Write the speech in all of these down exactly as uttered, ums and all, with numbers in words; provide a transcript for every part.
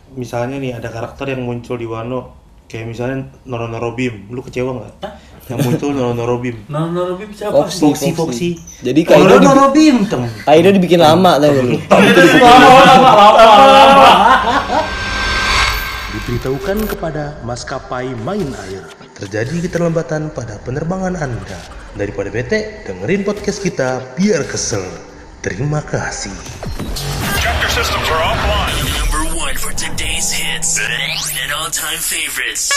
misalnya nih ada karakter yang muncul di Wano, kayak misalnya Noronorobim, lu kecewa nggak? Yang muncul Noronorobim. Noronorobim siapa? Foxy, Foxy, Foxy. Jadi Kaido di, Noronorobim, tem. Kaido dibikin lama tau lu. Diberitahukan kepada maskapai main air, terjadi keterlambatan pada penerbangan Anda. Daripada bete, dengerin podcast kita biar kesel. Terima kasih. Chapter systems are offline. Number one for today's hits and all-time favorites.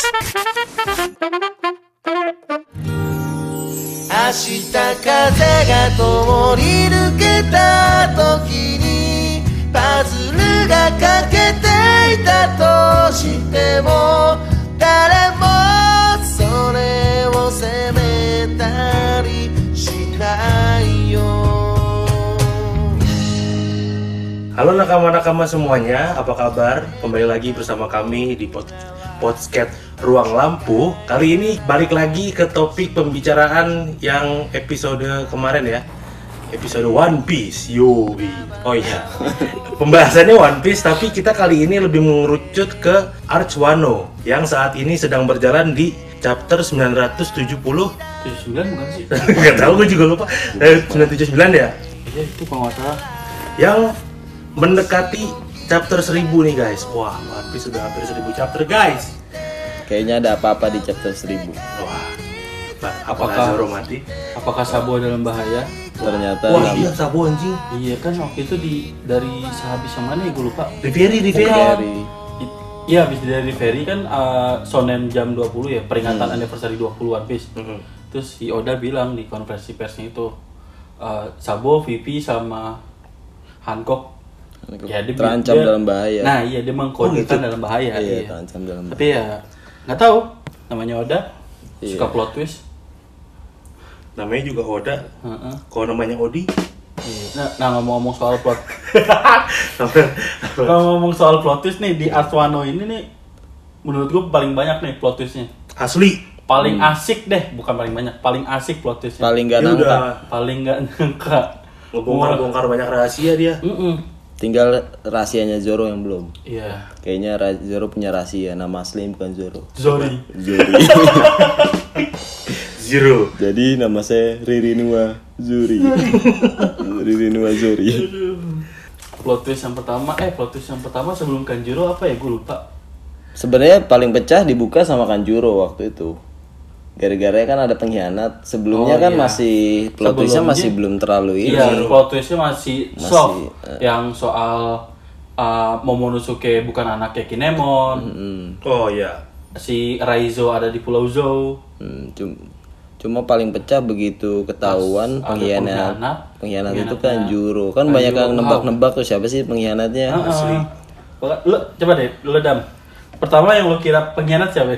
明日風が通り抜けた時にパズルが欠けていたとしても誰もそれを責めたりしないよ。 Halo nakama-nakama semuanya, apa kabar? Kembali lagi bersama kami di pod- podcast Ruang Lampu. Kali ini balik lagi ke topik pembicaraan yang episode kemarin ya, episode One Piece. Yoi. Oh iya, pembahasannya One Piece, tapi kita kali ini lebih mengerucut ke Arch Wano yang saat ini sedang berjalan di chapter sembilan ratus tujuh puluh. tujuh puluh sembilan bukan sih? Gak tahu, gue juga lupa. Eh, sembilan ratus tujuh puluh sembilan ya? Iya itu kalau nggak salah. Yang mendekati chapter seribu nih guys. Wah, One Piece sudah hampir seribu chapter guys. Kayaknya ada apa-apa di chapter seribu. Wah, Pak, apakah Apakah- Zoro mati? Apakah Sabo dalam bahaya? Ternyata Wah, nama- iya Sabo anjing. Iya kan waktu itu di dari sehabis yang mana ya gue lupa. Riveri, Riveri. Carry. I- Iya habis dari Ferry kan uh, Shonen jam dua puluh ya, peringatan Hmm. anniversary dua puluh One Piece. Mhm. Terus si Oda bilang di konferensi persnya itu uh, Sabo, Vivi sama Hancock ya, dia- terancam dia- dalam bahaya. Nah iya dia mengkodekan Oh, gitu? dalam bahaya. Iya, Iya. terancam dalam Tapi ya nggak tahu namanya Oda Iya. suka plot twist. Namanya juga Oda. Heeh. Kalau namanya Odi, Iya. Nah, nah ngomong-ngomong soal plot, namanya- kalau ngomong soal plot twist nih di Arch Wano ini nih, menurut gue paling banyak nih plot twistnya. asli. Paling asik deh, bukan paling banyak, paling asik plot twistnya. Paling gak Dia nangka. udah Paling nggak nyangka. ngebongkar-bongkar banyak rahasia dia. Mm-mm. Tinggal rahasianya Zoro yang belum. Iya. Kayaknya Ra- Zoro punya rahasia, nama asli bukan Zoro. Zori. Zori. Zero. Jadi nama saya Ririnua Zuri. Ririnua Zori. Plot twist yang pertama, eh plot twist yang pertama sebelum Kanjuro apa ya, gue lupa. Sebenarnya paling pecah dibuka sama Kanjuro waktu itu. Gara-gara kan ada pengkhianat. Sebelumnya Oh, kan iya. masih plot twistnya Sebelumnya- masih belum terlalu ini. Iya, plot twistnya masih, Masih, soft. eh. Yang soal uh, Momonosuke bukan anaknya Kinemon, Hmm, Oh iya. si Raizo ada di Pulau Zou. hmm, cum- cuma paling pecah begitu ketahuan Pas ada pengkhianat. pengkhianat, Pengkhianat itu pengkhianatnya Kanjuro. Kan Kanjuro. banyak yang nebak-nebak tuh siapa sih pengkhianatnya. Asli. Lo coba deh, lo Dam. Pertama yang lo kira pengkhianat siapa?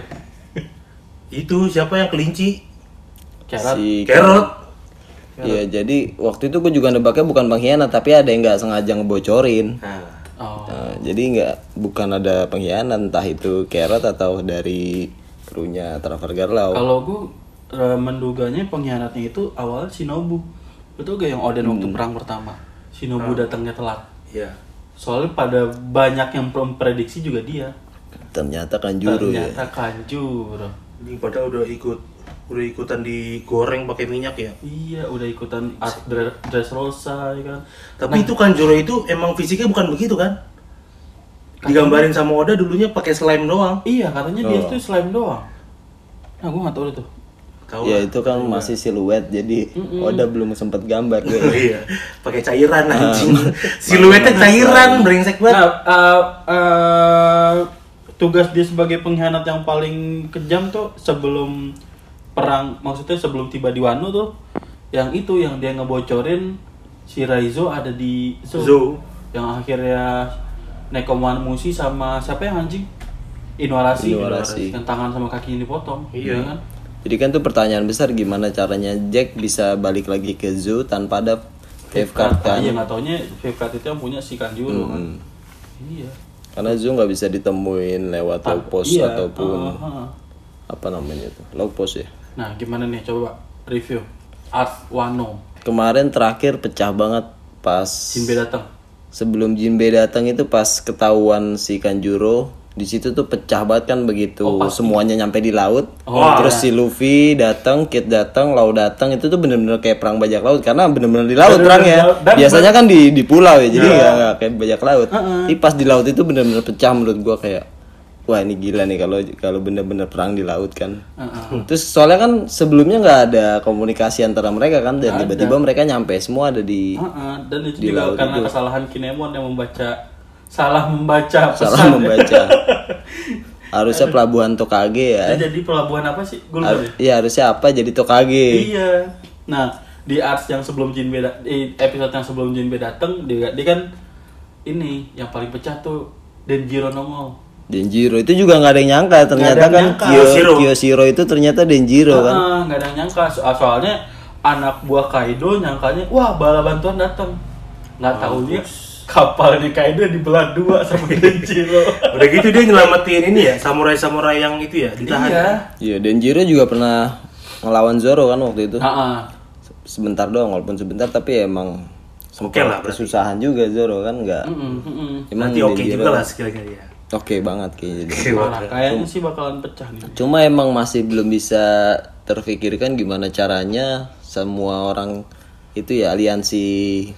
Itu siapa yang kelinci? Kerat. Si Carrot. Iya, jadi waktu itu gue juga nebaknya bukan pengkhianat, tapi ada yang nggak sengaja ngebocorin. Nah, Oh. Nah, jadi nggak bukan ada pengkhianat, entah itu Carrot atau dari krunya Trafalgar Law. Kalau gue uh, menduganya pengkhianatnya itu awalnya Shinobu. Betul gak yang Oden waktu Hmm. perang pertama? Shinobu datangnya telat. iya. Soalnya pada banyak yang memprediksi juga dia. Ternyata Kanjuro ya. Ternyata Kanjuro. Ini padahal udah ikut udah ikutan digoreng pakai minyak ya. Iya, udah ikutan art dre- Dressrosa ya kan. Tapi itu Kanjuro itu emang fisiknya bukan begitu kan? Digambarin sama Oda dulunya pakai slime doang. Iya, katanya dia Oh. tuh slime doang. Nah, gue nggak tahu itu. Tahu Ya lah. itu kan masih siluet, jadi Oda belum sempet gambar gue. Iya, pakai cairan anjing. Siluetnya cairan, brengsek banget. Nah, uh, uh, tugas dia sebagai pengkhianat yang paling kejam tuh sebelum perang, maksudnya sebelum tiba di Wano tuh, yang itu yang dia ngebocorin si Raizo ada di Zou, Zou. yang akhirnya Nekoman Mushi sama siapa yang anjing? Inuarashi, Inuarashi. yang tangan sama kakinya dipotong, Iya. ya kan? Jadi kan tuh pertanyaan besar gimana caranya Jack bisa balik lagi ke zoo tanpa ada Wave Card kan? Iya, nggak taunya Wave Card itu yang punya si Kanjuro kan. Mm-mm. Iya. Karena zoo nggak bisa ditemuin lewat log post Iya, ataupun uh, uh. apa namanya itu log post ya. Nah, gimana nih coba review Arch Wano. Kemarin terakhir pecah banget pas Jinbe datang. sebelum Jinbei datang itu pas ketahuan si Kanjuro di situ tuh pecah banget kan begitu Oh, pasti. semuanya nyampe di laut. Oh, Terus iya. si Luffy datang, Kid datang, Lau datang itu tuh bener-bener kayak perang bajak laut karena bener-bener di laut Bener-bener perangnya. di laut. Dan Biasanya kan di di pulau ya, jadi Iya. nggak nggak kayak bajak laut. Tapi pas di laut itu bener-bener pecah menurut gua kayak wah ini gila nih kalau kalau bener-bener perang di laut kan. Terus soalnya kan sebelumnya nggak ada komunikasi antara mereka kan dan tiba-tiba mereka nyampe semua ada di Heeh, dan itu Di juga laut karena itu. kesalahan Kinemon yang membaca salah membaca pesan. salah membaca. Harusnya pelabuhan Tokage ya. Dia jadi pelabuhan apa sih? Gue lupa Har- deh. Iya harusnya apa jadi Tokage. Iya. Nah, di arts yang sebelum Jinbei da- di episode yang sebelum Jinbei datang, dia, dia kan ini yang paling pecah tuh Denjiro nongol. Denjiro itu juga nggak ada yang nyangka ternyata ada yang kan nyangka. Kyo, Kyoshiro. Kyoshiro itu ternyata Denjiro kan. Heeh, nggak ada yang nyangka. So- soalnya anak buah Kaido nyangkanya, wah bala bantuan datang. Nggak taunya kapalnya Kaido dibelah dua sama Denjiro. Udah gitu dia nyelamatin ini ya, samurai-samurai yang itu ya, ditahan. Iya. Iya Denjiro juga pernah ngelawan Zoro kan waktu itu. Heeh. Sebentar doang walaupun sebentar tapi emang Oke sempat lah, berarti. kesusahan juga Zoro kan nggak. Mm, mm, mm. Emang Nanti oke Denjiro juga lah skillnya dia. Oke banget kayaknya. dia. Wah, kayaknya sih bakalan pecah nih. Cuma emang masih belum bisa terfikirkan gimana caranya semua orang itu ya aliansi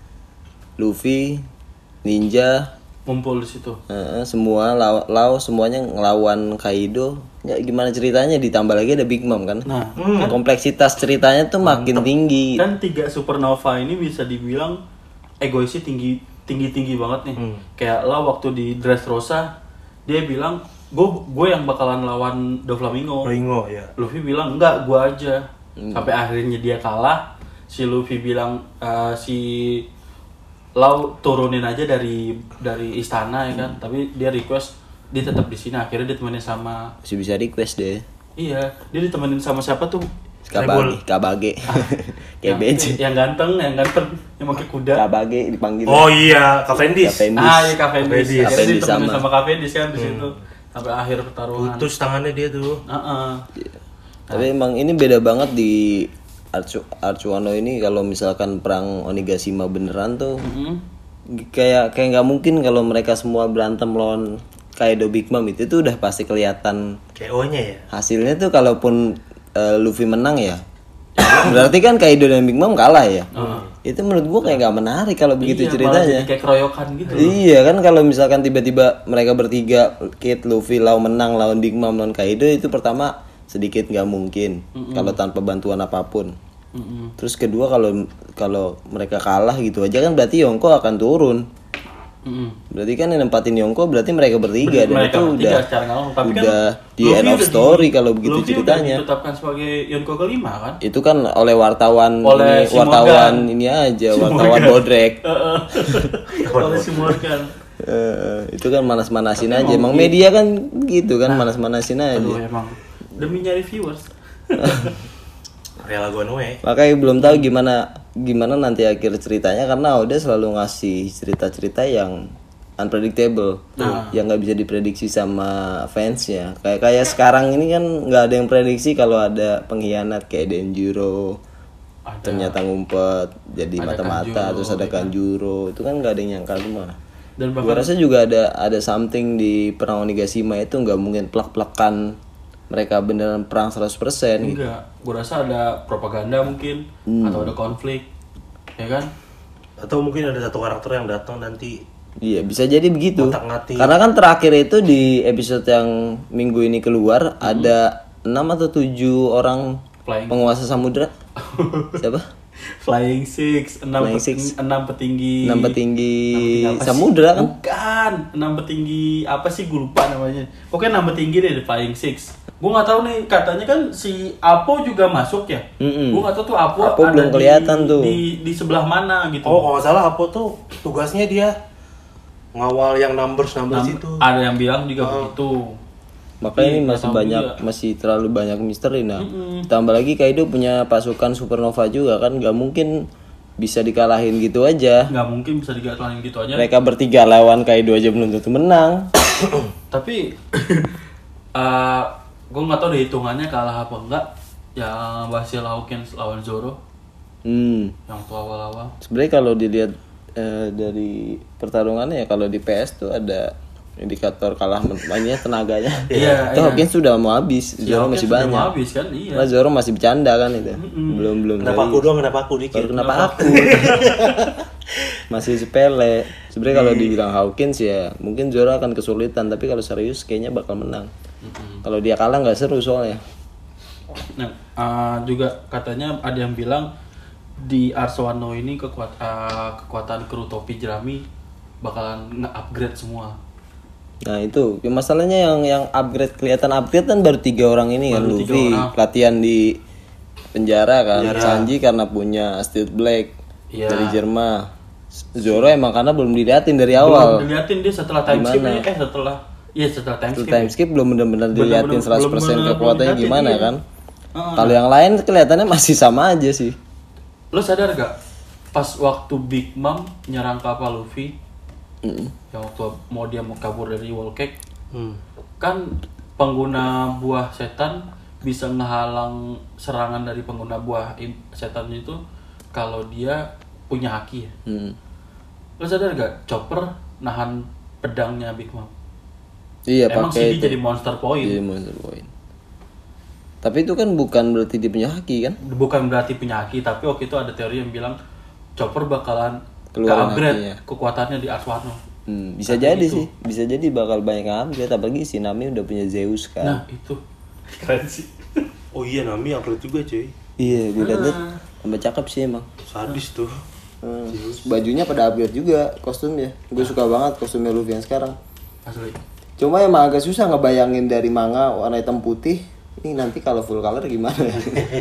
Luffy, Ninja, Ngumpul di situ. eh, semua Lau, Lau semuanya ngelawan Kaido. Ya gimana ceritanya ditambah lagi ada Big Mom kan. Nah, Kompleksitas ceritanya tuh makin tinggi. kan tiga supernova ini bisa dibilang egoisnya tinggi tinggi tinggi banget nih. Kayak lah waktu di Dressrosa dia bilang gue gue yang bakalan lawan Doflamingo. Ringo ya. Luffy bilang enggak gue aja. Sampai akhirnya dia kalah. Si Luffy bilang eh, si Lau turunin aja dari dari istana ya kan. Tapi dia request dia tetap di sini. Akhirnya dia temenin sama Masih bisa request deh. iya dia ditemenin sama siapa tuh? Kabage, Kabage. Kayak yang, bece. yang ganteng, yang ganteng, yang pakai kuda. Kabage dipanggil. Oh iya, Cavendish. Cavendish. Ah, ya Cavendish. Cavendish. Akhirnya Cavendish ditemenin sama. sama Cavendish kan di situ. Sampai akhir pertarungan. Putus tangannya dia tuh. Heeh. Tapi emang ini beda banget di Archu, Archuano ini kalau misalkan perang Onigashima beneran tuh kayak kayak nggak mungkin kalau mereka semua berantem lawan Kaido Big Mom itu tuh udah pasti kelihatan K O-nya ya. hasilnya tuh kalaupun eh, Luffy menang ya berarti kan Kaido dan Big Mom kalah ya. Itu menurut gua kayak nggak menarik kalau begitu Iya, malah ceritanya. jadi kayak keroyokan gitu. Iya kan kalau misalkan tiba-tiba mereka bertiga Kid, Luffy, Lau menang lawan Big Mom lawan Kaido itu pertama sedikit nggak mungkin kalau tanpa bantuan apapun. Terus kedua kalau kalau mereka kalah gitu aja kan berarti Yonko akan turun. Mm-mm. Berarti kan yang nempatin Yonko berarti mereka bertiga dan Mereka itu bertiga udah secara nggak langsung. Tapi kan udah di Luffy end of udah story di- kalau begitu Luffy ceritanya. udah ditetapkan sebagai Yonko kelima kan? Itu kan oleh wartawan Oleh ini, si wartawan Morgan. ini aja Si wartawan Morgan. bodrek. Heeh. Oleh si Morgan. Eh, itu kan manas-manasin aja. Emang media kan gitu kan manas-manasin aja. Aduh emang demi nyari viewers. Real One Way. Makanya belum tahu gimana gimana nanti akhir ceritanya karena udah selalu ngasih cerita-cerita yang unpredictable, yang nggak bisa diprediksi sama fansnya. Kayak kayak sekarang ini kan nggak ada yang prediksi kalau ada pengkhianat kayak Denjiro Ada. ternyata ngumpet jadi Ada mata-mata, Kanjuro, terus ada Kanjuro, itu kan nggak ada yang nyangka semua. Dan Gue bahkan rasa juga ada ada something di perang Onigashima itu nggak mungkin plak-plakan mereka beneran perang seratus persen gitu. enggak, gue rasa ada propaganda mungkin atau ada konflik, ya kan? Atau mungkin ada satu karakter yang datang nanti. Iya bisa jadi begitu. Ngotak-ngatik. Karena kan terakhir itu di episode yang minggu ini keluar ada enam atau tujuh orang Flying. penguasa samudra. Siapa? Flying Six, enam Flying peting- Six. enam petinggi, Enam petinggi enam apa sih? samudra kan? Bukan, enam petinggi apa sih gue lupa namanya. Pokoknya enam petinggi deh di Flying Six. Gue nggak tahu nih katanya kan si Apo juga masuk ya. Mm-mm. Gue nggak tahu tuh Apo, Apo ada belum di- kelihatan tuh. di di sebelah mana gitu. Oh, kalau nggak salah Apo tuh tugasnya dia ngawal yang numbers numbers Nam- itu. Ada yang bilang juga begitu. Makanya ini Tapi masih nggak tahu banyak juga. masih terlalu banyak misteri nah. Tambah lagi Kaido punya pasukan supernova juga kan nggak mungkin bisa dikalahin gitu aja. Nggak mungkin bisa digatakan gitu aja. Mereka bertiga lawan Kaido aja belum tentu menang. Tapi uh, gue nggak tahu deh hitungannya kalah apa enggak. Yang Basil Hawkins lawan Zoro Hmm. yang tuh awal-awal. Sebenarnya kalau dilihat eh, dari pertarungannya ya kalau di P S tuh ada indikator kalah mainnya tenaganya. Iya, Itu iya. Hawkins sudah mau habis, Si Zoro Hawkins masih sudah banyak. mau habis kan, iya. Nah, Zoro masih bercanda kan itu. Belum belum. Kenapa aku serius. doang, kenapa aku dikit? Baru kenapa aku? Masih sepele. Sebenarnya kalau dibilang Hawkins ya mungkin Zoro akan kesulitan, tapi kalau serius kayaknya bakal menang. Kalau dia kalah nggak seru soalnya. Nah, uh, juga katanya ada yang bilang di Ars Wano ini kekuat, uh, kekuatan kru topi jerami bakalan nge-upgrade semua. Nah itu ya masalahnya yang yang upgrade kelihatan upgrade kan baru tiga orang ini kan, Baru tiga Luffy orang. latihan di penjara kan, Sanji karena punya Steel Black Iya. dari Jerma, Zoro emang karena belum diliatin dari awal. Belum diliatin dia setelah time skip Gimana? ini, eh setelah iya setelah time Setelah skip. time skip belum benar-benar Bener-bener diliatin seratus persen belum bener-bener kekuatannya diliatin, gimana iya. kan. Heeh. Kalau yang lain kelihatannya masih sama aja sih. Lo sadar gak pas waktu Big Mom nyerang kapal Luffy, yang waktu mau dia mau kabur dari Whole Cake, Hmm. kan pengguna buah setan bisa ngehalang serangan dari pengguna buah im- setan itu kalau dia punya haki ya. Hmm. Lo sadar gak Chopper nahan pedangnya Big Mom? Iya Emang pakai sih dia itu. jadi monster point. Jadi monster point. Tapi itu kan bukan berarti dia punya haki kan? Bukan berarti punya haki, tapi waktu itu ada teori yang bilang Chopper bakalan Keluarin ke-upgrade hakinya. kekuatannya di Ars Wano. Hmm, bisa Katanya jadi gitu. sih, bisa jadi bakal banyak yang upgrade, apalagi si Nami udah punya Zeus kan. Nah itu keren sih. Oh iya, Nami upgrade juga cuy. Iya, gue liat liat tambah cakep sih emang. Sadis tuh. Hmm. Bajunya pada upgrade juga, kostumnya. Gue suka banget kostumnya Luffy yang sekarang. Asli. Cuma emang agak susah ngebayangin dari manga warna hitam putih. Ini nanti kalau full color gimana ya?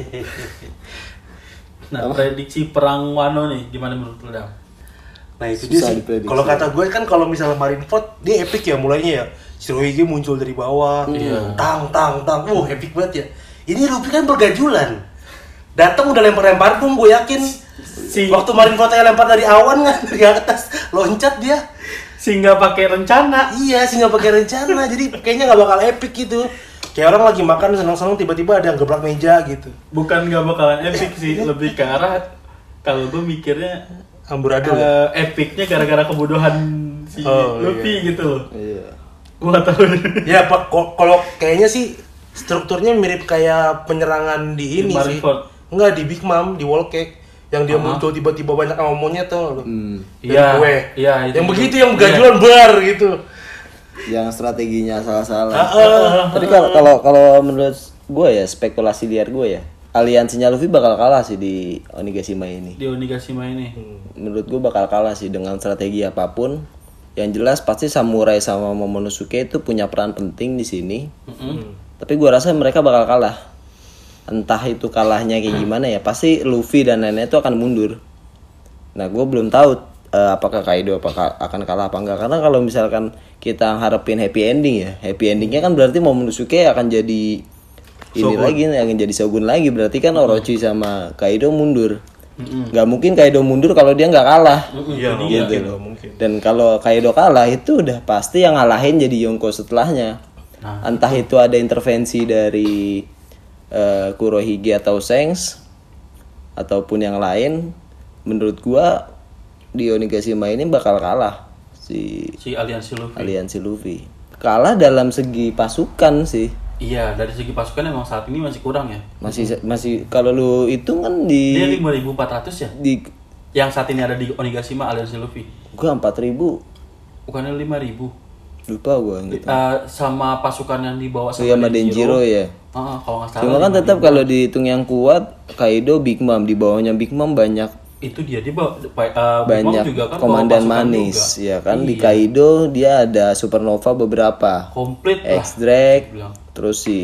Nah prediksi perang Wano nih gimana menurut lo Dam? Nah itu dia Susah sih. diprediksi. Kalau kata gue kan kalau misalnya Marineford dia epic ya mulainya ya. Shirohige muncul dari bawah, tang tang tang, wah epic banget ya. Ini Luffy kan bergajulan. Datang udah lempar-lempar bom, gue yakin. Si Waktu Marineford lempar dari awan kan dari atas, loncat dia. sehingga pakai rencana. Iya sih nggak pakai rencana, jadi kayaknya nggak bakal epic gitu. Kayak orang lagi makan senang-senang tiba-tiba ada yang geblak meja gitu. Bukan nggak bakalan epic sih, lebih ke arah kalau gue mikirnya Amburadul ya? eh, epicnya gara-gara kebodohan si Oh, Luffy iya. gitu loh. Iya. Gue nggak tahu. Ya pak, ko- kalau kayaknya sih strukturnya mirip kayak penyerangan di Di ini sih. Marineford. Enggak, di Big Mom, di Whole Cake. Yang dia Aha. muncul tiba-tiba banyak sama monyet tuh lo. Hmm. Iya, gue. iya, itu Yang juga. begitu yang Iya. gajulan bar gitu. Yang strateginya salah-salah. Heeh. Tapi kalau kalau kalau menurut gue ya spekulasi liar gue ya, aliansinya Luffy bakal kalah sih di Onigashima ini. Di Onigashima ini. Menurut gue bakal kalah sih dengan strategi apapun. Yang jelas pasti Samurai sama Momonosuke itu punya peran penting di sini. Tapi gue rasa mereka bakal kalah. Entah itu kalahnya kayak gimana ya. Pasti Luffy dan nenek itu akan mundur. Nah gue belum tahu eh, apakah Kaido apakah akan kalah apa enggak. Karena kalau misalkan kita harapin happy ending ya, happy endingnya kan berarti Momonosuke akan jadi ini Shogun. lagi, akan jadi Shogun lagi. Berarti kan Orochi sama Kaido mundur. Nggak mungkin Kaido mundur kalau dia nggak kalah. Iya, nggak Gitu. mungkin, nggak mungkin. Dan kalau Kaido kalah itu udah pasti yang ngalahin jadi Yonko setelahnya. Nah, Entah itu ada intervensi dari eh, Kurohige atau Shanks ataupun yang lain. Menurut gua di Onigashima ini bakal kalah si si aliansi Luffy. aliansi Luffy. Kalah dalam segi pasukan sih. Iya, dari segi pasukan emang saat ini masih kurang ya. Masih masih kalau lu itu kan di Dia lima ribu empat ratus ya? di Yang saat ini ada di Onigashima aliansi Luffy. gua empat ribu. Bukannya lima ribu. Lupa gua gitu. Eh, sama pasukan yang dibawa So, sama Denjiro ya. Heeh, kalau nggak salah. Cuma kan lima tetap ribu. kalau dihitung yang kuat Kaido, Big Mom, di bawahnya Big Mom banyak Itu dia dia bawa uh, Big Mom banyak juga kan bawa komandan pasukan manis juga. ya kan. Di Iya, Kaido dia ada Supernova beberapa, komplit lah. X-Drake, bilang. terus si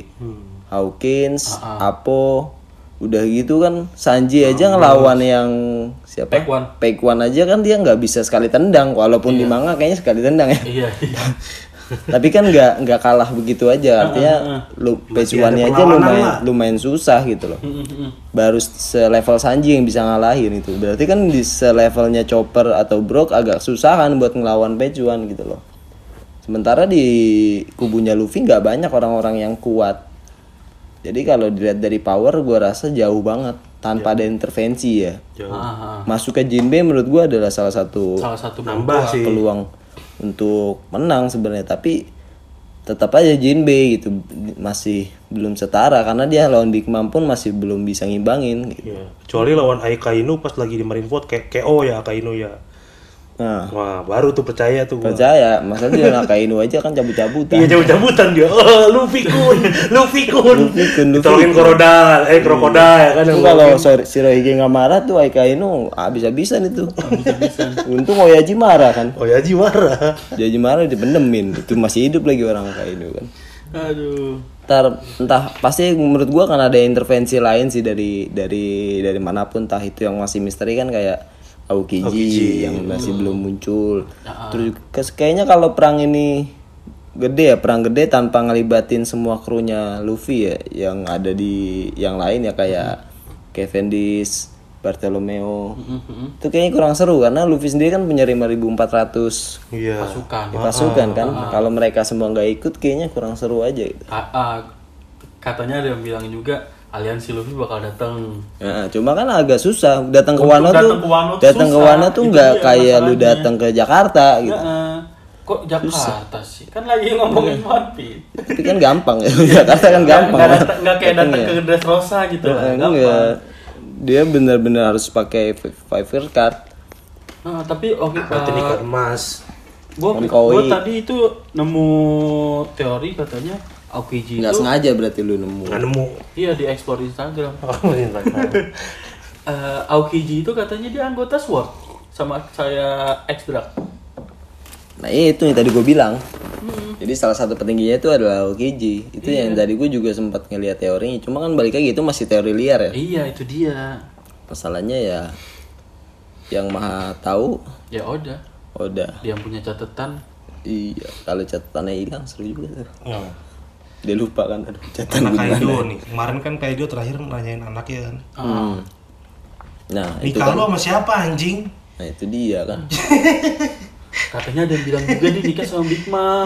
Hawkins, Ah, Apo, udah gitu kan Sanji aja ngelawan yang siapa? Paikwan. Paikwan aja kan dia nggak bisa sekali tendang, walaupun di manga kayaknya sekali tendang ya. Iya. iya. Tapi kan nggak nggak kalah begitu aja, artinya lu pecuannya aja perlawanan lumayan lah. lumayan susah gitu loh. Baru selevel Sanji yang bisa ngalahin itu. Berarti kan di selevelnya Chopper atau Brook agak susah kan buat ngelawan pecuan gitu loh. Sementara di kubunya Luffy nggak banyak orang-orang yang kuat. Jadi kalau dilihat dari power, gua rasa jauh banget tanpa ada intervensi ya. Jauh. Ah, ah. Masuk ke Jinbe menurut gua adalah salah satu Salah satu Nambah sih. peluang untuk menang sebenarnya, tapi tetap aja Jinbe gitu masih belum setara karena dia lawan Big Mom pun masih belum bisa ngimbangin gitu. Iya. Kecuali lawan Akainu pas lagi di Marineford kayak K O ya Akainu ya. Nah, Wah, baru tuh percaya tuh gua. percaya, masa dia Akainu aja kan cabut-cabutan. Iya, jauh-jabutan dia. Oh, Luffy kun, Luffy kun. Luffy kun, Luffy Tolongin kun. Krokodil, eh krokodil ya kan Itu yang kalau ngomongin. Shiro- Shirohige nggak marah tuh Akainu habis-habisan itu. Untung Oyaji marah kan. Oh ya Ji marah. Oyaji marah dipendemin. Itu masih hidup lagi orang Akainu kan. Aduh. Ntar entah pasti menurut gua kan ada intervensi lain sih dari dari dari manapun, entah itu yang masih misteri kan kayak Aokiji, Aokiji. yang masih belum muncul. Terus kes- kayaknya kalau perang ini gede ya, perang gede tanpa ngelibatin semua krunya Luffy ya, yang ada di yang lain ya kayak Cavendish, Bartolomeo. Itu kayaknya kurang seru karena Luffy sendiri kan punya lima ribu empat ratus Iya. Pasukan. pasukan kan. Kalau mereka semua nggak ikut kayaknya kurang seru aja gitu. Ah, ah, katanya ada yang bilang juga aliansi Luffy bakal datang. Nah, cuma kan agak susah datang ke Untuk Wano datang tuh. ke Wano tuh Datang ke susah. Wano tuh Itu nggak dia kayak lu masalahnya. datang ke Jakarta gitu. Heeh. Kok Jakarta sih? Kan lagi ngomongin One Piece. Tapi kan gampang ya. Jakarta kan gampang. Nggak datang- nggak kayak datang Datangnya. ke Dressrosa gitu. Nah, Gampang. enggak. Dia benar-benar harus pakai five year card. Nah, tapi oke. Berarti ini kan emas. Gue Konkoi. tadi itu nemu teori katanya Aokiji Nggak itu sengaja berarti lu nemu. Nggak nemu. iya di explore Instagram. Oh, ini Eh, Aokiji itu katanya dia anggota SWORD sama saya X-Drag. Nah itu yang tadi gue bilang. Hmm. Jadi salah satu petingginya itu adalah Aokiji. Itu Iya. yang tadi gue juga sempat ngeliat teorinya. Cuma kan balik lagi itu masih teori liar ya. Iya itu dia. Masalahnya ya yang maha tahu Ya udah, udah. dia yang punya catatan. Iya, kalau catatannya hilang seru juga tuh. Ya. Dia lupa kan, aduh catatan Anak gue Kaido gimana. nih. Kemarin kan Kaido terakhir nanyain anaknya kan. Hmm. Nah, itu Nikah kan. lu sama siapa anjing? Nah, itu dia kan. Katanya ada yang bilang juga dia nikah sama Big Mom.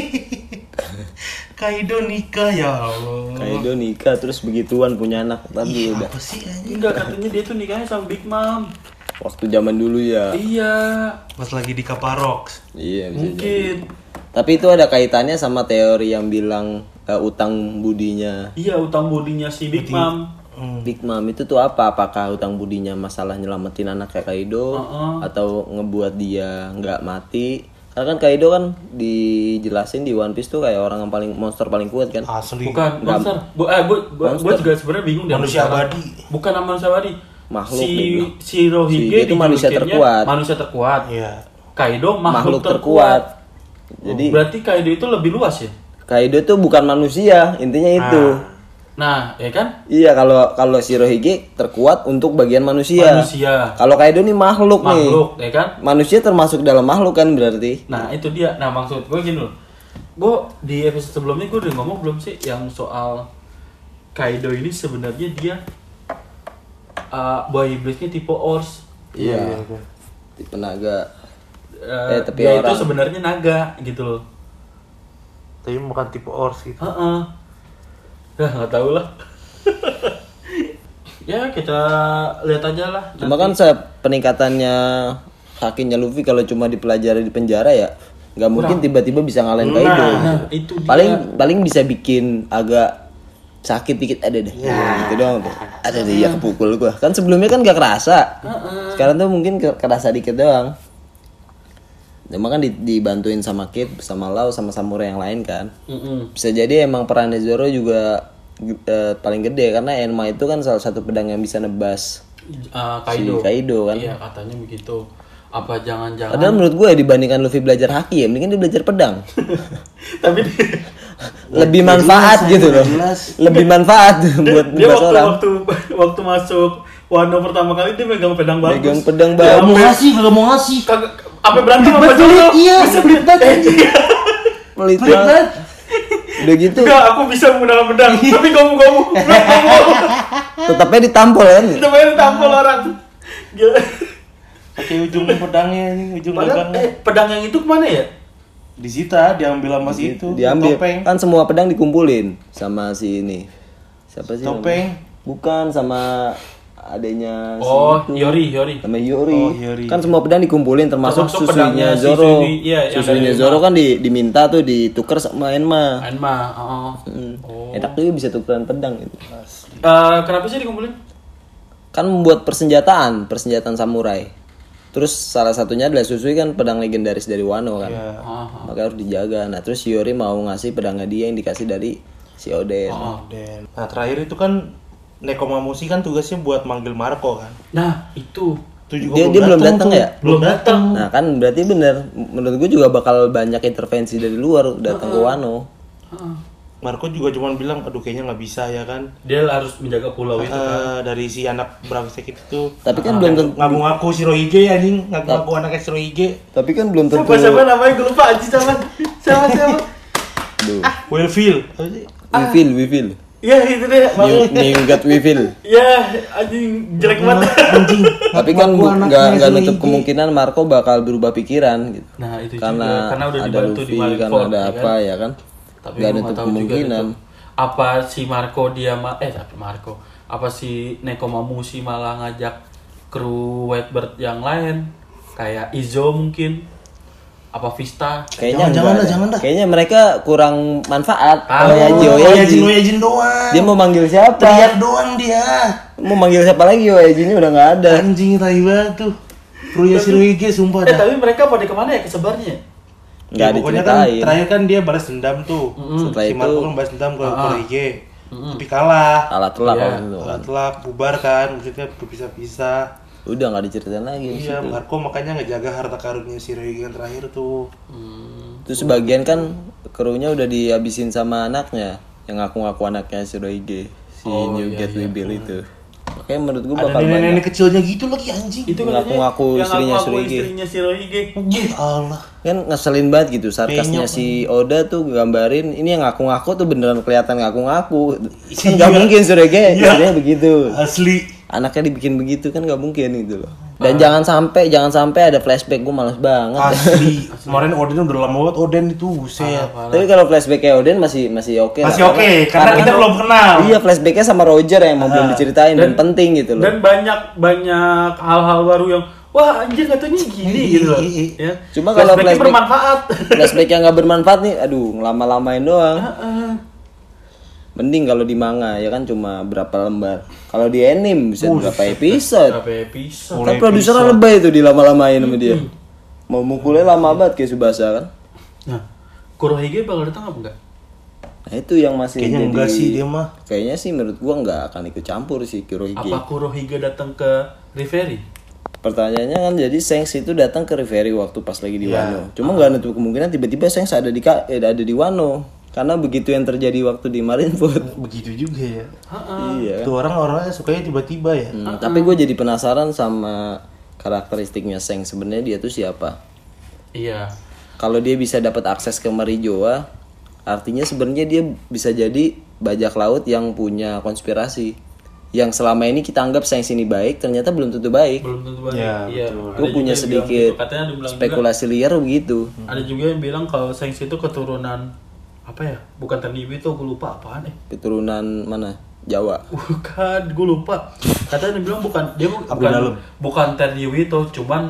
Kaido nikah ya Allah. Kaido nikah terus begituan punya anak. Tapi Ih, udah apa sih anjing? Enggak, katanya dia tuh nikahnya sama Big Mom. waktu zaman dulu ya. Iya, Pas lagi di Kaparok. Iya, bisa jadi. mungkin. Tapi itu ada kaitannya sama teori yang bilang eh, utang budinya Iya, utang budinya si Big Mom. Big Mom itu tuh apa? Apakah utang budinya masalah nyelamatin anak kayak Kaido Heeh. atau ngebuat dia nggak mati? Karena kan Kaido kan dijelasin di One Piece tuh kayak orang yang paling monster paling kuat kan. Asli. Bukan, Nggak- monster. Bu, eh, gua, gua, gua Monster. juga sebenarnya bingung deh. Manusia sekarang. abadi. Bukan nama manusia abadi. Makhluk si dia bilang. si Rohige Si dia itu manusia dijulukinnya terkuat. Manusia terkuat. Iya. Kaido makhluk, Makhluk terkuat. terkuat. Jadi Berarti Kaido itu lebih luas ya? Kaido tuh bukan manusia, intinya itu. Nah, ya kan? Iya, kalau kalau Shirohige terkuat untuk bagian manusia. Manusia. Kalau Kaido nih makhluk, nih. Makhluk, ya kan? Manusia termasuk dalam makhluk kan berarti. Nah, itu dia. Nah, maksud gue gini loh. Gue di episode sebelumnya gue udah ngomong belum sih yang soal Kaido ini sebenarnya dia uh, buah iblisnya tipe Ors. Iya. Tipe naga. Uh, Eh, tapi dia itu orang- sebenarnya naga gitu loh. Tapi bukan tipe Ors gitu. Heeh. Dah nggak tahu lah. Ya kita lihat aja lah. Cuma kan se peningkatannya kakinya Luffy kalau cuma dipelajari di penjara ya nggak mungkin tiba-tiba bisa ngalahin Kaido. Nah, gitu. itu dia. Paling paling bisa bikin agak sakit dikit ada deh. Gitu doang tuh. Ada deh ya kepukul gua. Kan sebelumnya kan gak kerasa. Sekarang tuh mungkin ke- kerasa dikit doang. Cuma kan di- dibantuin sama Kid, sama Lau, sama samurai yang lain kan. Mm-mm. Bisa jadi emang perannya Zoro juga eh, paling gede karena Enma itu kan salah satu pedang yang bisa nebas Uh, Kaido. si Kaido kan. Iya katanya begitu. Apa jangan-jangan? Padahal menurut gue dibandingkan Luffy belajar haki ya, mendingan dia belajar pedang. Tapi dia, Lebih manfaat gitu loh. Lebih manfaat buat dia nebas waktu, orang. waktu waktu masuk Wano pertama kali dia megang pedang bagus. Megang pedang Dia bagus. Mau sampai- ngasih, kagak mau ngasih. Kagak apa berantem sama Pelit, Zoro? iya, pelit banget. Pelit Pelit banget. banget. Udah gitu Enggak, aku bisa menggunakan pedang, tapi kamu kamu belum kamu. tetapnya ditampol kan. Kita main tampol orang. Gila. Pakai ujung pedangnya ini, ujung Padahal pedangnya. eh, pedang yang itu kemana ya? Disita, diambil sama si itu. Diambil. Topeng. Kan semua pedang dikumpulin sama si ini. Siapa sih? Topeng. namanya? Bukan sama adanya Oh, si Yori, Yori. sama Yori. Oh, Yori. Kan semua pedang dikumpulin termasuk, Termasuk susunya pedangnya si Zoro. Sui, iya, yang Susunya dari Zoro kan di, diminta tuh ditukar sama Enma. Enma, oh. Hmm. Oh. Enak juga bisa tukeran pedang gitu. Eh, kenapa sih dikumpulin? Kan membuat persenjataan, persenjataan samurai. Terus salah satunya adalah Susui kan pedang legendaris dari Wano kan. Ya. Oh. Maka harus dijaga. Nah, terus Yori mau ngasih pedangnya dia yang dikasih dari si Oden. Oh. Dan nah terakhir itu kan Nekomamushi kan tugasnya buat manggil Marco kan. Nah, itu. Itu juga Dia dia belum datang tuh. ya? Belum datang. Nah, kan berarti bener. Menurut gue juga bakal banyak intervensi dari luar datang ke Wano. Heeh. Marco juga cuma bilang, aduh kayaknya nggak bisa ya kan. Dia harus menjaga pulau itu kan. Eh, dari si anak brengsek itu. Tapi kan belum tentu. Ngaku-ngaku Shirohige anjing, ngaku-ngaku anaknya Shirohige. Tapi kan belum tentu. Siapa siapa namanya gue lupa anjing siapa. Siapa siapa? Duh. Will feel. Apa sih? We feel, we feel. Ya itu deh. New, new God we feel. Ya, anjing jelek banget. Anjing. Tapi kan Ngaku bu- anaknya nggak nggak Shirohige. nutup kemungkinan Marco bakal berubah pikiran gitu. Nah, itu Karena, juga karena udah ada dibantu Luffy, di Marineford, karena ada ya apa kan? ya kan. Tapi Nggak gua nutup tahu juga kemungkinan. itu. Apa si Marco dia ma eh tapi Marco apa si Nekomamushi malah ngajak kru Whitebird yang lain kayak Izo mungkin apa Vista. Kayaknya Jangan, enggak jangan dah, ada. jangan dah. Kayaknya mereka kurang manfaat. Ah, Oyaji, Oh, Oyaji. Oyajin, Oyajin doang. Dia mau manggil siapa? teriak doang dia. Mau manggil siapa lagi? Oyaji ini udah nggak ada. Anjing tai banget tuh. Krunya Shirohige sumpah Eh dah. tapi mereka pada kemana ya kesebarnya? Nggak Ya, pokoknya kan diceritain. terakhir kan dia balas dendam tuh. Setelah Si itu Marco kan balas dendam ke Ah. Shirohige. Tapi kalah. kalah telak Iya. waktu itu. Kalah telak, bubar kan, maksudnya berpisah-pisah. Udah nggak diceritain lagi. Iya, Marco makanya ngejaga harta karunnya Shirohige yang terakhir tuh. Terus sebagian kan krunya udah dihabisin sama anaknya yang ngaku-ngaku anaknya Shirohige, si Oh, New iya, Get iya. We Build itu. Makanya menurut gua Ada bakal nenek-nenek banyak. kecilnya gitu lagi anjing. Itu Ngaku-ngaku yang istrinya ngaku-ngaku Shirohige. istrinya Shirohige. Ya Allah. Kan ngeselin banget gitu sarkasnya Penyok. si Oda tuh gambarin ini yang ngaku-ngaku tuh beneran kelihatan ngaku-ngaku. Kan Iya. nggak mungkin Shirohige Iya. istrinya begitu. Asli. Anaknya dibikin begitu kan nggak mungkin gitu loh. Dan jangan sampai jangan sampai ada flashback, gua males banget. Asli. Kemarin Oden udah lama banget Oden itu buset. Tapi kalau flashbacknya Oden masih masih oke. Masih lah. oke, karena kita belum kenal. Iya, flashbacknya sama Roger yang mau belum diceritain dan, penting gitu loh. Dan banyak banyak hal-hal baru yang wah anjir katanya gini gitu loh. Ya. Cuma kalau Flashback-nya flashback- bermanfaat. Flashback yang nggak bermanfaat nih, aduh ngelama-lamain doang. Mending kalau di manga ya kan cuma berapa lembar. Kalau di anime bisa berapa episode. Berapa episode? Kan produsernya lebay tuh dilama-lamain sama dia. Mau mukulnya lama banget kayak Subasa kan. Nah, Kurohige bakal datang apa enggak? Nah itu yang masih Kayaknya jadi. enggak sih dia mah. Kayaknya sih menurut gua nggak akan ikut campur sih Kurohige. Apa Kurohige datang ke Reverie? Pertanyaannya kan jadi Shanks itu datang ke Reverie waktu pas lagi di Iya. Wano. Cuma nggak nutup kemungkinan tiba-tiba Shanks ada di Ka- eh, ada di Wano. Karena begitu yang terjadi waktu di Marineford. Begitu juga ya. Iya. Itu orang orangnya sukanya tiba-tiba ya. Hmm, Tapi gue jadi penasaran sama karakteristiknya Shanks sebenarnya dia tuh siapa? Iya. Kalau dia bisa dapat akses ke Marijoa, artinya sebenarnya dia bisa jadi bajak laut yang punya konspirasi. Yang selama ini kita anggap Shanks ini baik, ternyata belum tentu baik. Belum tentu banget. Ya, Iya. betul. Ada Gue juga punya yang bilang sedikit gitu. Katanya ada bilang spekulasi liar begitu. juga, ada juga yang bilang kalau Shanks itu keturunan apa ya? Bukan Tenryubi tuh, gue lupa apaan eh. Keturunan mana? Jawa. Bukan, gue lupa. Katanya dia bilang bukan dia bu- Abdi bukan dalam. bukan Tenryubi tuh, cuman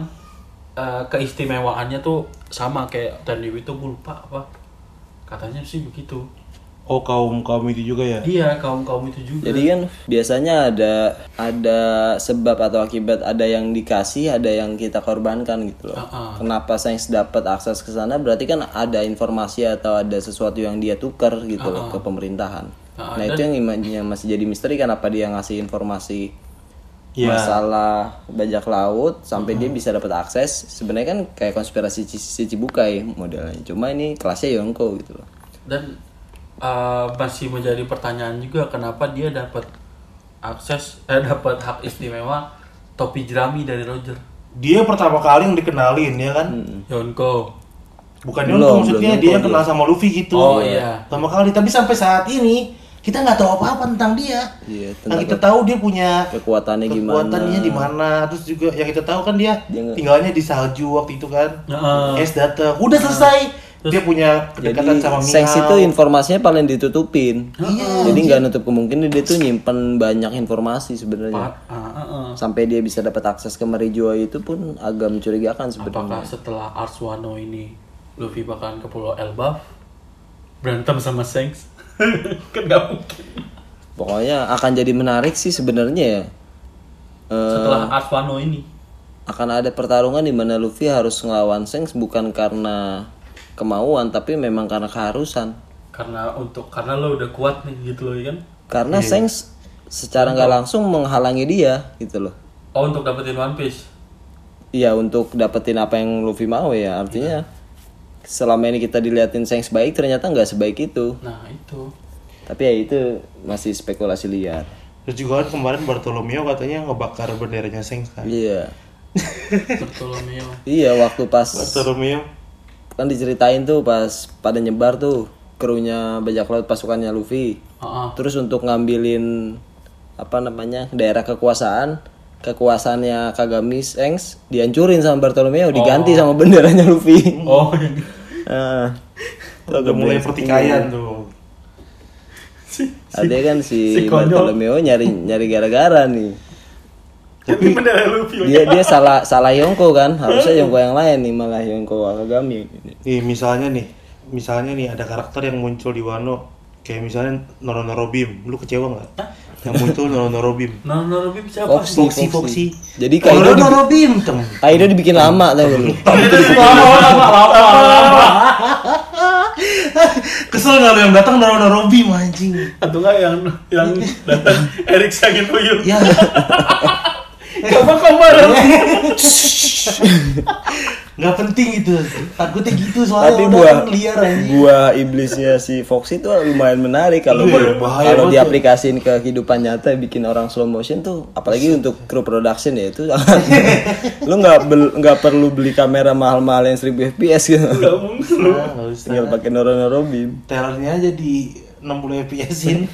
eh, keistimewaannya tuh sama kayak Tenryubi tuh, gue lupa apa. Katanya sih begitu. Oh kaum kaum itu juga ya. Iya, kaum-kaum itu juga. Jadi kan biasanya ada ada sebab atau akibat, ada yang dikasih, ada yang kita korbankan gitu loh. Uh-uh. Kenapa Shanks dapat akses ke sana? Berarti kan ada informasi atau ada sesuatu yang dia tukar gitu loh ke pemerintahan. Uh-uh, Nah, itu yang, ima- yang masih jadi misteri, kenapa dia ngasih informasi Iya. masalah bajak laut sampai dia bisa dapat akses. Sebenarnya kan kayak konspirasi Ci- si Cibukai modelnya. Cuma ini kelasnya Yonko gitu loh. Dan uh, masih menjadi pertanyaan juga kenapa dia dapat akses eh dapat hak istimewa topi jerami dari Roger. Dia pertama kali yang dikenalin ya kan. Yonko. Bukan Belum, Yonko maksudnya belum dia Yonko kenal dia. sama Luffy gitu. Oh, iya. Pertama kali, tapi sampai saat ini kita nggak tahu apa-apa tentang dia. Iya, Yang tentang kita tahu dia punya kekuatannya gimana. kekuatannya di mana. Terus juga yang kita tahu kan dia, Dia nggak- tinggalnya di salju waktu itu kan. Heeh. Es datang, udah selesai. Dia punya kedekatan Jadi sama Miao. Shanks itu informasinya paling ditutupin. Iya. Jadi nggak nutup kemungkinan dia tuh nyimpen banyak informasi sebenarnya. Pa- ah, ah, ah. sampai dia bisa dapat akses ke Marijoa itu pun agak mencurigakan Apakah sebenarnya. setelah Ars Wano ini Luffy bakalan ke Pulau Elbaf berantem sama Shanks? Kan gak mungkin. Pokoknya akan jadi menarik sih sebenarnya ya. Eh, Setelah Ars Wano ini. akan ada pertarungan di mana Luffy harus ngelawan Shanks bukan karena kemauan tapi memang karena keharusan. Karena untuk karena lo udah kuat nih gitu loh ya kan? Karena Shanks secara nggak langsung menghalangi dia gitu loh. Oh, untuk dapetin One Piece. Iya, untuk dapetin apa yang Luffy mau ya. Artinya selama ini kita diliatin Shanks baik ternyata nggak sebaik itu. Nah, itu. Tapi ya itu masih spekulasi liar. Terus juga kan kemarin Bartolomeo katanya ngebakar benderanya Shanks kan. Iya. Bartolomeo. Iya, waktu pas Bartolomeo kan diceritain tuh pas pada nyebar tuh krunya bajak laut pasukannya Luffy. Heeh. Terus untuk ngambilin apa namanya daerah kekuasaan, kekuasaannya Kagami Shanks dihancurin sama Bartolomeo, diganti sama benderanya Luffy. Oh, yang Heeh. Tuh udah agak mulai brengsek pertikaian juga. tuh. Ada kan si, si konyol. Bartolomeo nyari nyari gara-gara nih. Tapi bener Luffy. Dia dia salah salah Yonko kan, harusnya Yonko yang lain nih malah Yonko Kagami. Nih misalnya nih, misalnya nih ada karakter yang muncul di Wano kayak misalnya Noronoro-Bim, lu kecewa nggak? Yang muncul Noronoro-Bim. Noronoro-Bim siapa? Foxy, Foxy, Foxy. Foxy. Jadi Kaido di, Noronoro-Bim, tem. Kaido dibikin lama tau lu. Kesel nggak lu yang datang Noronoro-Bim anjing? Atau enggak yang yang datang Erik Sagin Uyun. Ya. Coba kabar. Nggak penting itu. Takutnya gitu soalnya Tapi udah buah kan liar anjing. buah iblisnya si Foxy itu lumayan menarik kalau Iya, bahaya kalau banget. diaplikasiin ke kehidupan nyata bikin orang slow motion tuh apalagi untuk kru production ya itu lu nggak bel- nggak perlu beli kamera mahal-mahal yang seribu F P S gitu. Enggak mungkin. Nah, nggak usah. Tinggal pakai Noro-Noro Beam. Trailernya aja di enam puluh F P S-in.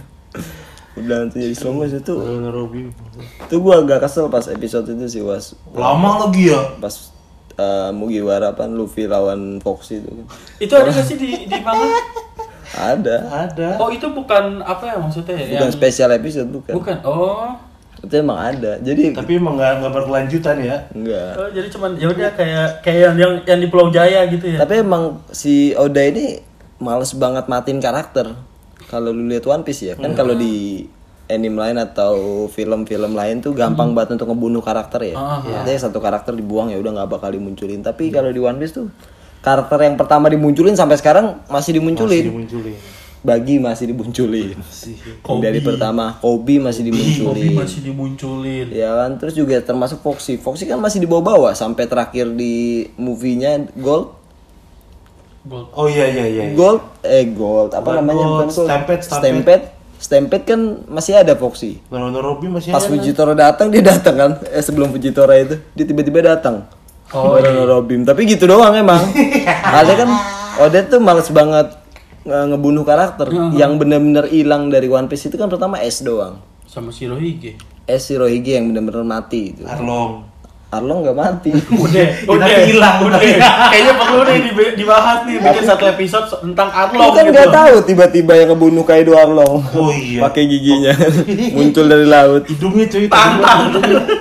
Udah nanti jadi slow motion tuh. Noronoro-Bim. Tuh gua agak kesel pas episode itu sih was. Lama lagi ya. Pas uh, Mugiwara pan Luffy lawan Foxy itu kan. Itu ada nggak sih di di manga? Ada. Ada. Oh, itu bukan apa ya maksudnya ya? Bukan Yang- spesial episode bukan. Bukan. Oh. Itu emang ada. Jadi Tapi emang nggak nggak berkelanjutan ya. enggak. Oh, jadi cuman ya udah kayak kayak yang, yang yang di Pulau Jaya gitu ya. Tapi emang si Oda ini males banget matiin karakter. Kalau lu lihat One Piece ya, kan kalau di anime lain atau film-film lain tuh gampang banget untuk ngebunuh karakter ya. Ah, Artinya satu karakter dibuang ya udah nggak bakal dimunculin. Tapi kalau di One Piece tuh karakter yang pertama dimunculin sampai sekarang masih dimunculin. Dimunculin. Bagi masih dimunculin. Kobe. Dari pertama Kobe masih Kobe dimunculin. masih dimunculin. Ya kan, terus juga termasuk Foxy. Foxy kan masih dibawa-bawa sampai terakhir di movie-nya Gold. Gold. Oh iya iya iya. Gold eh Gold apa Bukan namanya Gold, bukan Gold. Stampede, Stampede. Stampede Stampede kan masih ada Foxy. Noronoro-Bim masih Pas ada. Fujitora datang dia datang kan, eh sebelum Fujitora itu dia tiba-tiba datang. Oh, Noronoro Beam. Tapi gitu doang emang. Ada kan Oda tuh males banget nge- ngebunuh karakter. Yang benar-benar hilang dari One Piece itu kan pertama S doang. Sama Shirohige. S Shirohige yang benar-benar mati itu. Arlong. Arlong nggak mati. Udah, udah Tapi hilang, udah. udah. Kayaknya perlu nih dibe- dibahas nih bikin satu episode so- tentang Arlong Lu kan gitu. nggak tahu tiba-tiba yang ngebunuh Kaido Arlong. Oh iya. Pakai giginya muncul dari laut. Hidungnya cuy. Tantang.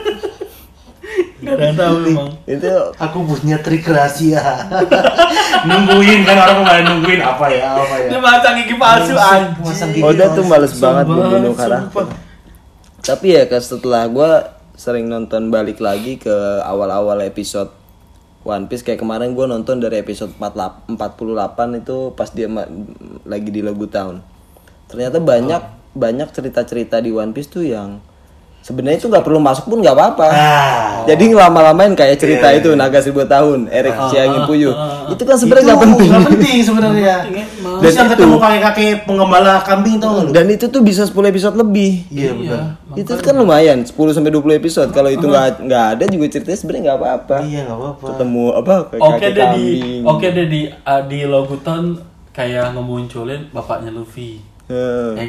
Gak ada yang tahu emang. Itu Aku punya trik rahasia. Nungguin kan orang pada nungguin apa ya apa ya. Dia macam gigi palsu anjing. Masang gigi Oda tuh males Sumpah, banget membunuh sumpah. karakter. Tapi ya ke setelah gue sering nonton balik lagi ke awal-awal episode One Piece kayak kemarin gue nonton dari episode empat puluh delapan itu pas dia ma- lagi di Lagu Town. Ternyata banyak banyak cerita-cerita di One Piece tuh yang sebenarnya itu nggak perlu masuk pun nggak apa-apa. Ah. Jadi ngelama-lamain kayak cerita itu Naga Seribu Tahun, Erik Siangin Puyuh. Itu kan sebenarnya nggak penting. Nggak penting sebenarnya. emang. Terus Dan yang itu- ketemu kakek-kakek penggembala kambing tau nggak lu? Dan itu tuh bisa sepuluh episode lebih. Iya benar. Itu kan lumayan sepuluh sampai dua puluh episode. Kalau itu nggak nggak ada juga ceritanya sebenarnya nggak apa-apa. Iya nggak apa-apa. Ketemu apa kayak Oke kakek deh di kambing. oke deh di uh, di Loguton kayak ngemunculin bapaknya Luffy. Heeh. Ya kan?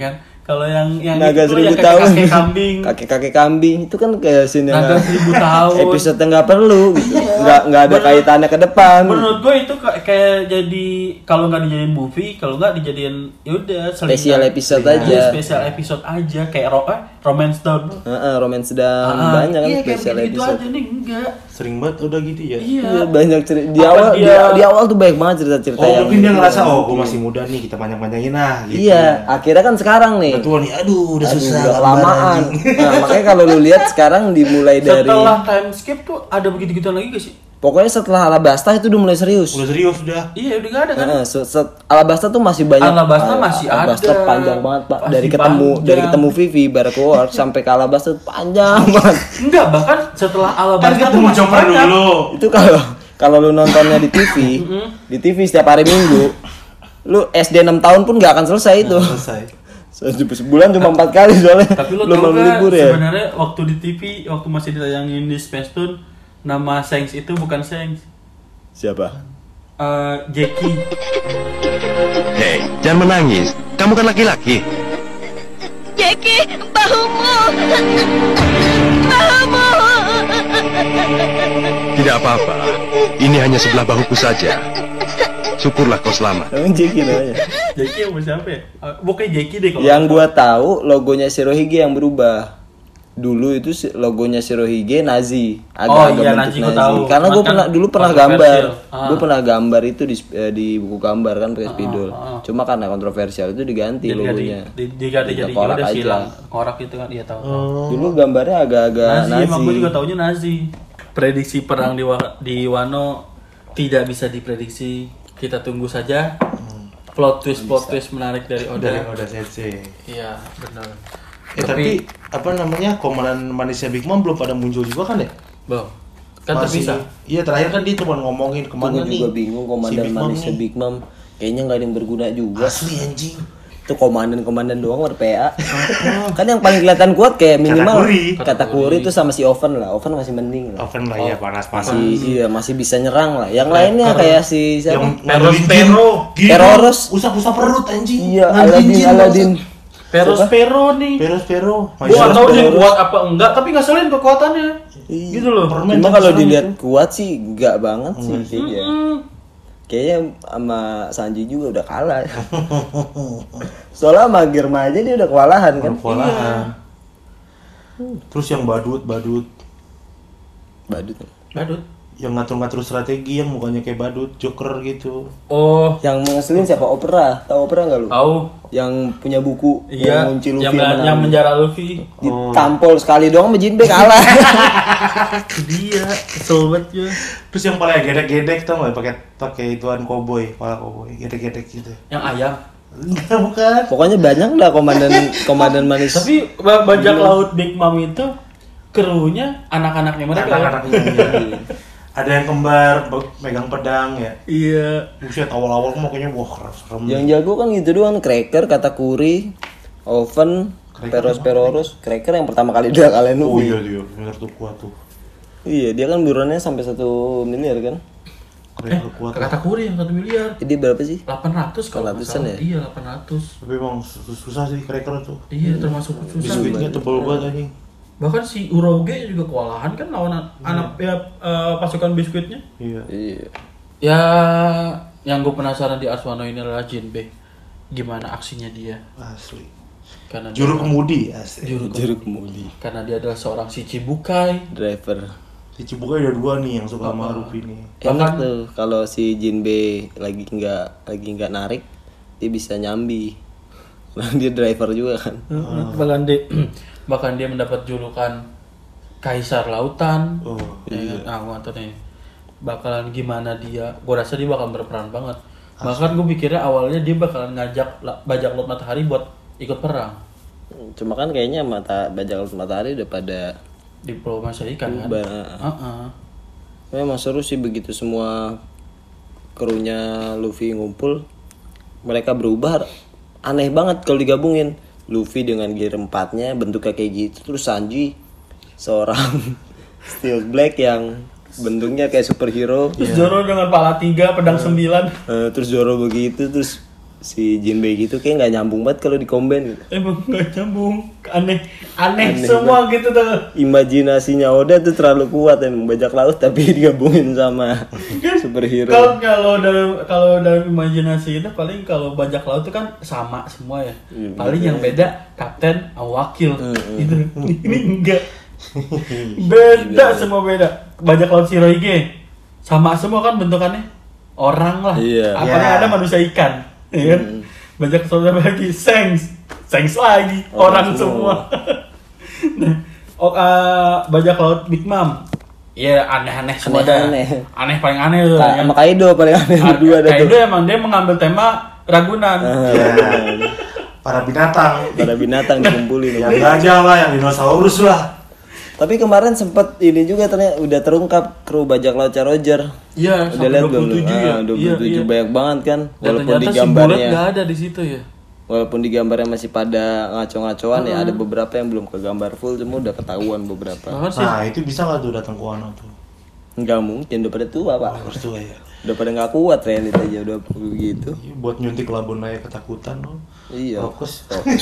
Kalau yang yang Naga itu seribu yang tahun. kakek kambing. Kakek-kakek kambing itu kan kayak scene yang Naga seribu tahun. episode yang nggak perlu gitu. Nggak nggak ada kaitannya ke depan. Menurut gue itu kayak, kayak jadi kalau nggak dijadiin movie, kalau nggak dijadiin yaudah Special episode Iya, aja. Special episode aja kayak ro eh, Romance Down. Heeh, romance dan Ah, banyak kan iya, kayak special gitu episode. aja nih enggak. Sering banget udah gitu ya. Iya. Iya, banyak cerita di Apa awal dia- di, di awal tuh banyak banget cerita-cerita Oh yang mungkin dia ngerasa oh gue masih muda nih kita panjang-panjangin lah gitu. Iya, akhirnya kan sekarang nih. Udah tua nih, aduh udah Aduh, susah udah gambar, kelamaan. anjing. Nah, makanya kalau lu lihat sekarang dimulai dari Setelah time skip tuh ada begitu-gitu lagi gak sih? pokoknya setelah Alabasta itu udah mulai serius. Udah serius udah. Iya udah gak ada kan? Heeh, se- se- Alabasta tuh masih banyak. Alabasta Al- masih Alabasta ada. panjang banget, Pak. Masih Dari ketemu panjang. dari ketemu Vivi baru keluar sampai ke Alabasta tuh panjang banget. Enggak, bahkan setelah Kan Alabasta tuh ketemu masih Chopper banyak. dulu. Itu kalau kalau lu nontonnya di T V, di T V setiap hari Minggu, lu S D enam tahun pun nggak akan selesai itu. Selesai. Se- Sebulan cuma empat kali soalnya. Tapi lo Belum tau mau gak libur ya. sebenarnya waktu di T V, waktu masih ditayangin di Space Tune, nama Sengs itu bukan Sengs, Siapa? eh Jackie. Hei, jangan menangis. Kamu kan laki-laki. Jackie, bahumu, bahumu. Tidak apa-apa. Ini hanya sebelah bahuku saja. Syukurlah kau selamat. Namanya Jackie namanya. Jackie apa siapa ya? Eh, Pokoknya Jackie deh kalau. Yang gua tahu logonya Shirohige yang berubah. Dulu itu si- logonya Shirohige Nazi, agak Oh, agak iya, bentuk Nazi gua tahu. Karena Cuman gue kan pernah dulu pernah kontroversial. gambar, Ah. gue pernah gambar itu di eh, di buku gambar kan pakai spidol. ah, ah. Cuma karena kontroversial itu diganti Diganti logonya. di- diganti jadi korak udah aja. silang korak itu kan, iya tahu. Dulu gambarnya agak-agak Nazi, Nazi. emang gue juga taunya Nazi. Prediksi perang di Wa- di Wano tidak bisa diprediksi. Kita tunggu saja. Plot twist plot twist menarik dari Oda. Dari Oda Sensei. Iya, benar. Eh tapi, apa namanya komandan manisnya Big Mom belum pada muncul juga kan ya? Bang, kan Masih- terpisah. Iya terakhir kan dia cuma ngomongin kemana Gue nih. juga bingung si komandan Big Mom manisnya nih. Big Mom. Kayaknya nggak ada yang berguna juga. Asli anjing. Itu komandan-komandan doang ber P A. Kan yang paling kelihatan kuat kayak minimal Katakuri. Katakuri itu sama si Oven lah. Oven masih mending lah. Oven lah ya panas-panas. Masih iya masih bisa nyerang lah. Yang lainnya kayak si siapa? Yang Peros ngandelin Pero. jin. Gini, Peroros. Usap-usap perut anjing. Iya, Ngandelin Aladin jin, Aladin. bangsat. Peros Pero nih. Peros Pero. Gue gak tau dia Peros. kuat apa enggak, tapi ngeselin kekuatannya. Gitu loh. Permen Cuma kan kalau serem dilihat itu. kuat sih enggak banget sih kayaknya. Hmm. Kayaknya sama Sanji juga udah kalah. Soalnya sama Germa aja dia udah kewalahan kan. Kewalahan. Terus yang badut, badut Badut. Badut. yang ngatur-ngatur strategi yang mukanya kayak badut, Joker gitu. Oh, Yang ngeselin siapa? Opera. Tahu Opera enggak lu? tahu. Yang punya buku Iya, yang kunci Luffy yang, menang. yang menjara Luffy. Ditampol sekali doang sama Jinbe kalah. Itu dia, kesel banget ya. Terus yang paling gedek-gedek tau nggak pakai pakai ituan koboi, kepala koboi, gedek-gedek gitu. Yang ayam. Enggak, bukan. Pokoknya banyak dah komandan komandan manis. Tapi ba- bajak laut Big Mom itu krunya anak-anaknya mereka. Anak-anaknya ini. Ada yang kembar be- megang pedang ya. Iya. Buset awal-awal kok makanya wah serem. Yang jago kan gitu doang, Cracker, Katakuri, Oven, Peros Peroros, Cracker yang pertama kali dia kalian Oh Luffy. iya dia, bener tuh kuat tuh. Iya, dia kan buruannya sampai satu miliar kan? Keren tuh kuat. tuh. Kata Kuri yang satu miliar. Jadi berapa sih? delapan ratus kalau nggak delapan ratusan salah. ya? Iya, delapan ratus. Tapi emang sus- susah sih cracker tuh. Iya, termasuk susah. Biskuitnya tebel banget anjing. Bahkan si Uroge juga kewalahan kan lawan an- anak ya, eh, pasukan biskuitnya. Iya. Iya. Ya, yang gue penasaran di Arswano ini adalah Jinbe. Gimana aksinya dia? Asli. Karena Juru dia, kemudi asli. juru Jeruk kemudi. karena dia adalah seorang Shichibukai. Driver. Si Cibuka ada dua nih yang suka sama Luffy nih. Enak tuh kalau si Jinbe lagi nggak lagi nggak narik, dia bisa nyambi. Nah, dia driver juga kan. Bahkan dia bahkan dia mendapat julukan Kaisar Lautan. Oh, Ya, nah, gue nonton nih bakalan gimana dia. Gue rasa dia bakal berperan banget. Bahkan gue pikirnya awalnya dia bakalan ngajak la- bajak laut matahari buat ikut perang. Cuma kan kayaknya mata bajak laut matahari udah pada Diplomasi ikan kan. Ba- Heeh. memang seru sih begitu semua krunya Luffy ngumpul, mereka berubah aneh banget kalau digabungin. Luffy dengan gear empatnya bentuknya kayak gitu, terus Sanji seorang Steel Black yang bentuknya kayak superhero. Terus Zoro dengan pala tiga, pedang sembilan. Eh, terus Zoro begitu, terus si Jinbei gitu kayak nggak nyambung banget kalau di combine gitu. Emang nggak nyambung, aneh, aneh, aneh semua banget. Gitu tuh. Imajinasinya Oda tuh terlalu kuat emang bajak laut tapi digabungin sama superhero. Kalau kalau dalam kalau dalam imajinasi itu paling kalau bajak laut itu kan sama semua ya. Hmm, paling yang beda kapten sama wakil hmm, gitu. Ini enggak. Beda semua beda. Bajak laut Shirohige sama semua kan bentukannya orang lah. Iya. Apalagi yeah. Ada manusia ikan. Ya kan? Hmm. Banyak saudara lagi, Sengs, Sengs lagi, oh, orang semua. Nah, oh, uh, bajak laut Big Mom, ya aneh-aneh semua dah. Aneh. Aneh paling aneh tuh. Nah, sama Kaido paling aneh berdua dah. Kaido emang dia mengambil tema Ragunan. Para binatang. Para binatang dikumpulin. Yang gajah lah, yang dinosaurus lah. Tapi kemarin sempat ini juga ternyata udah terungkap kru bajak lautnya Roger. Iya, udah lihat belum? Ya? Ah, dua puluh tujuh iya, iya. Banyak banget kan. Dan walaupun di gambarnya si Bullet nggak ada di situ ya. Walaupun di gambarnya masih pada ngaco-ngacoan uh-huh. ya, ada beberapa yang belum kegambar full, cuma udah ketahuan beberapa. Nah, itu bisa nggak tuh datang ke Wano tuh? Nggak mungkin, udah pada tua pak. Oh, harus tua ya. Udah pada nggak kuat realit aja udah begitu. Iya, buat nyuntik labun aja ketakutan loh. Iya. Fokus. Fokus.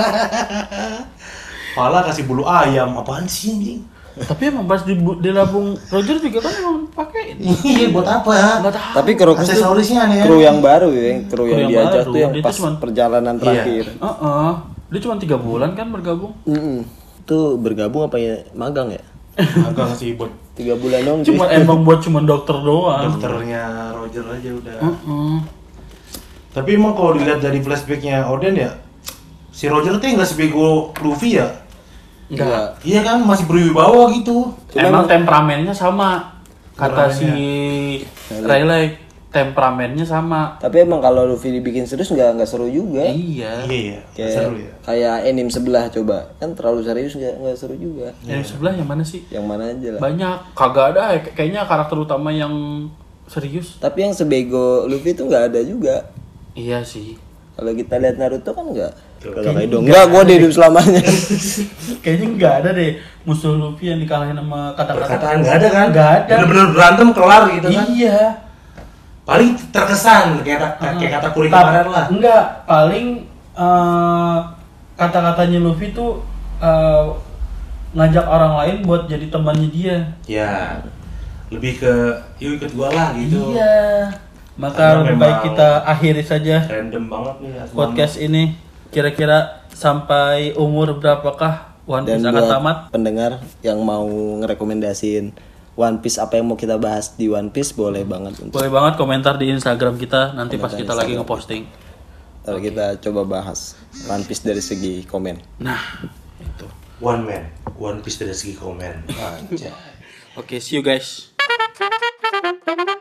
Pala kasih bulu ayam, apaan sih anjing? Tapi emang pas di, di labung Roger juga kan emang pakai ini. Iya, buat apa ya? Tapi kru aksesorisnya aneh. Kru yang baru ya, kru, kru yang, yang diajak tuh yang pas cuman, perjalanan terakhir. Iya. Uh-uh. Dia cuma tiga bulan kan bergabung. Mm-mm. Tuh bergabung apa ya? Magang ya? Magang sih buat tiga bulan dong. Cuma emang buat cuma dokter doang. Dokternya Roger aja udah. Uh-uh. Tapi emang kalau dilihat dari flashbacknya Oden ya, si Roger tuh nggak sebego Luffy ya. Enggak. Iya kan masih berwibawa gitu. Emang temperamennya sama. Kata si Rayleigh, temperamennya sama. Tapi emang kalau Luffy dibikin serius nggak nggak seru juga. Iya. Iya. Kayak, seru ya. Kayak anime sebelah coba kan terlalu serius nggak nggak seru juga. Anime sebelah yang mana sih? Yang mana aja lah. Banyak. Kagak ada. Kayaknya karakter utama yang serius. Tapi yang sebego Luffy itu nggak ada juga. Iya sih. Kalau kita lihat Naruto kan nggak. Kalau Kaido enggak, gue di hidup selamanya. Kayaknya nggak ada deh musuh Luffy yang dikalahin sama kata-kata. Perkataan nggak ada kan? Nggak ada. Bener-bener berantem kelar gitu kan? Iya. Paling terkesan kayak uh, kayak kata Kuri kemarin lah. Enggak, paling uh, kata-katanya Luffy tuh uh, ngajak orang lain buat jadi temannya dia. Ya. Lebih ke yuk ikut gua lah gitu. Iya. Maka lebih baik kita akhiri saja. Random banget nih podcast ini. Kira-kira sampai umur berapakah One Piece akan tamat? Pendengar yang mau ngerekomendasiin One Piece apa yang mau kita bahas di One Piece boleh banget. Boleh banget komentar di Instagram kita nanti komentar pas kita Instagram lagi ngeposting. Ntar okay. Kita coba bahas One Piece dari segi komen. Nah, itu. One man, One Piece dari segi komen. Anjay. Oke, okay, see you guys.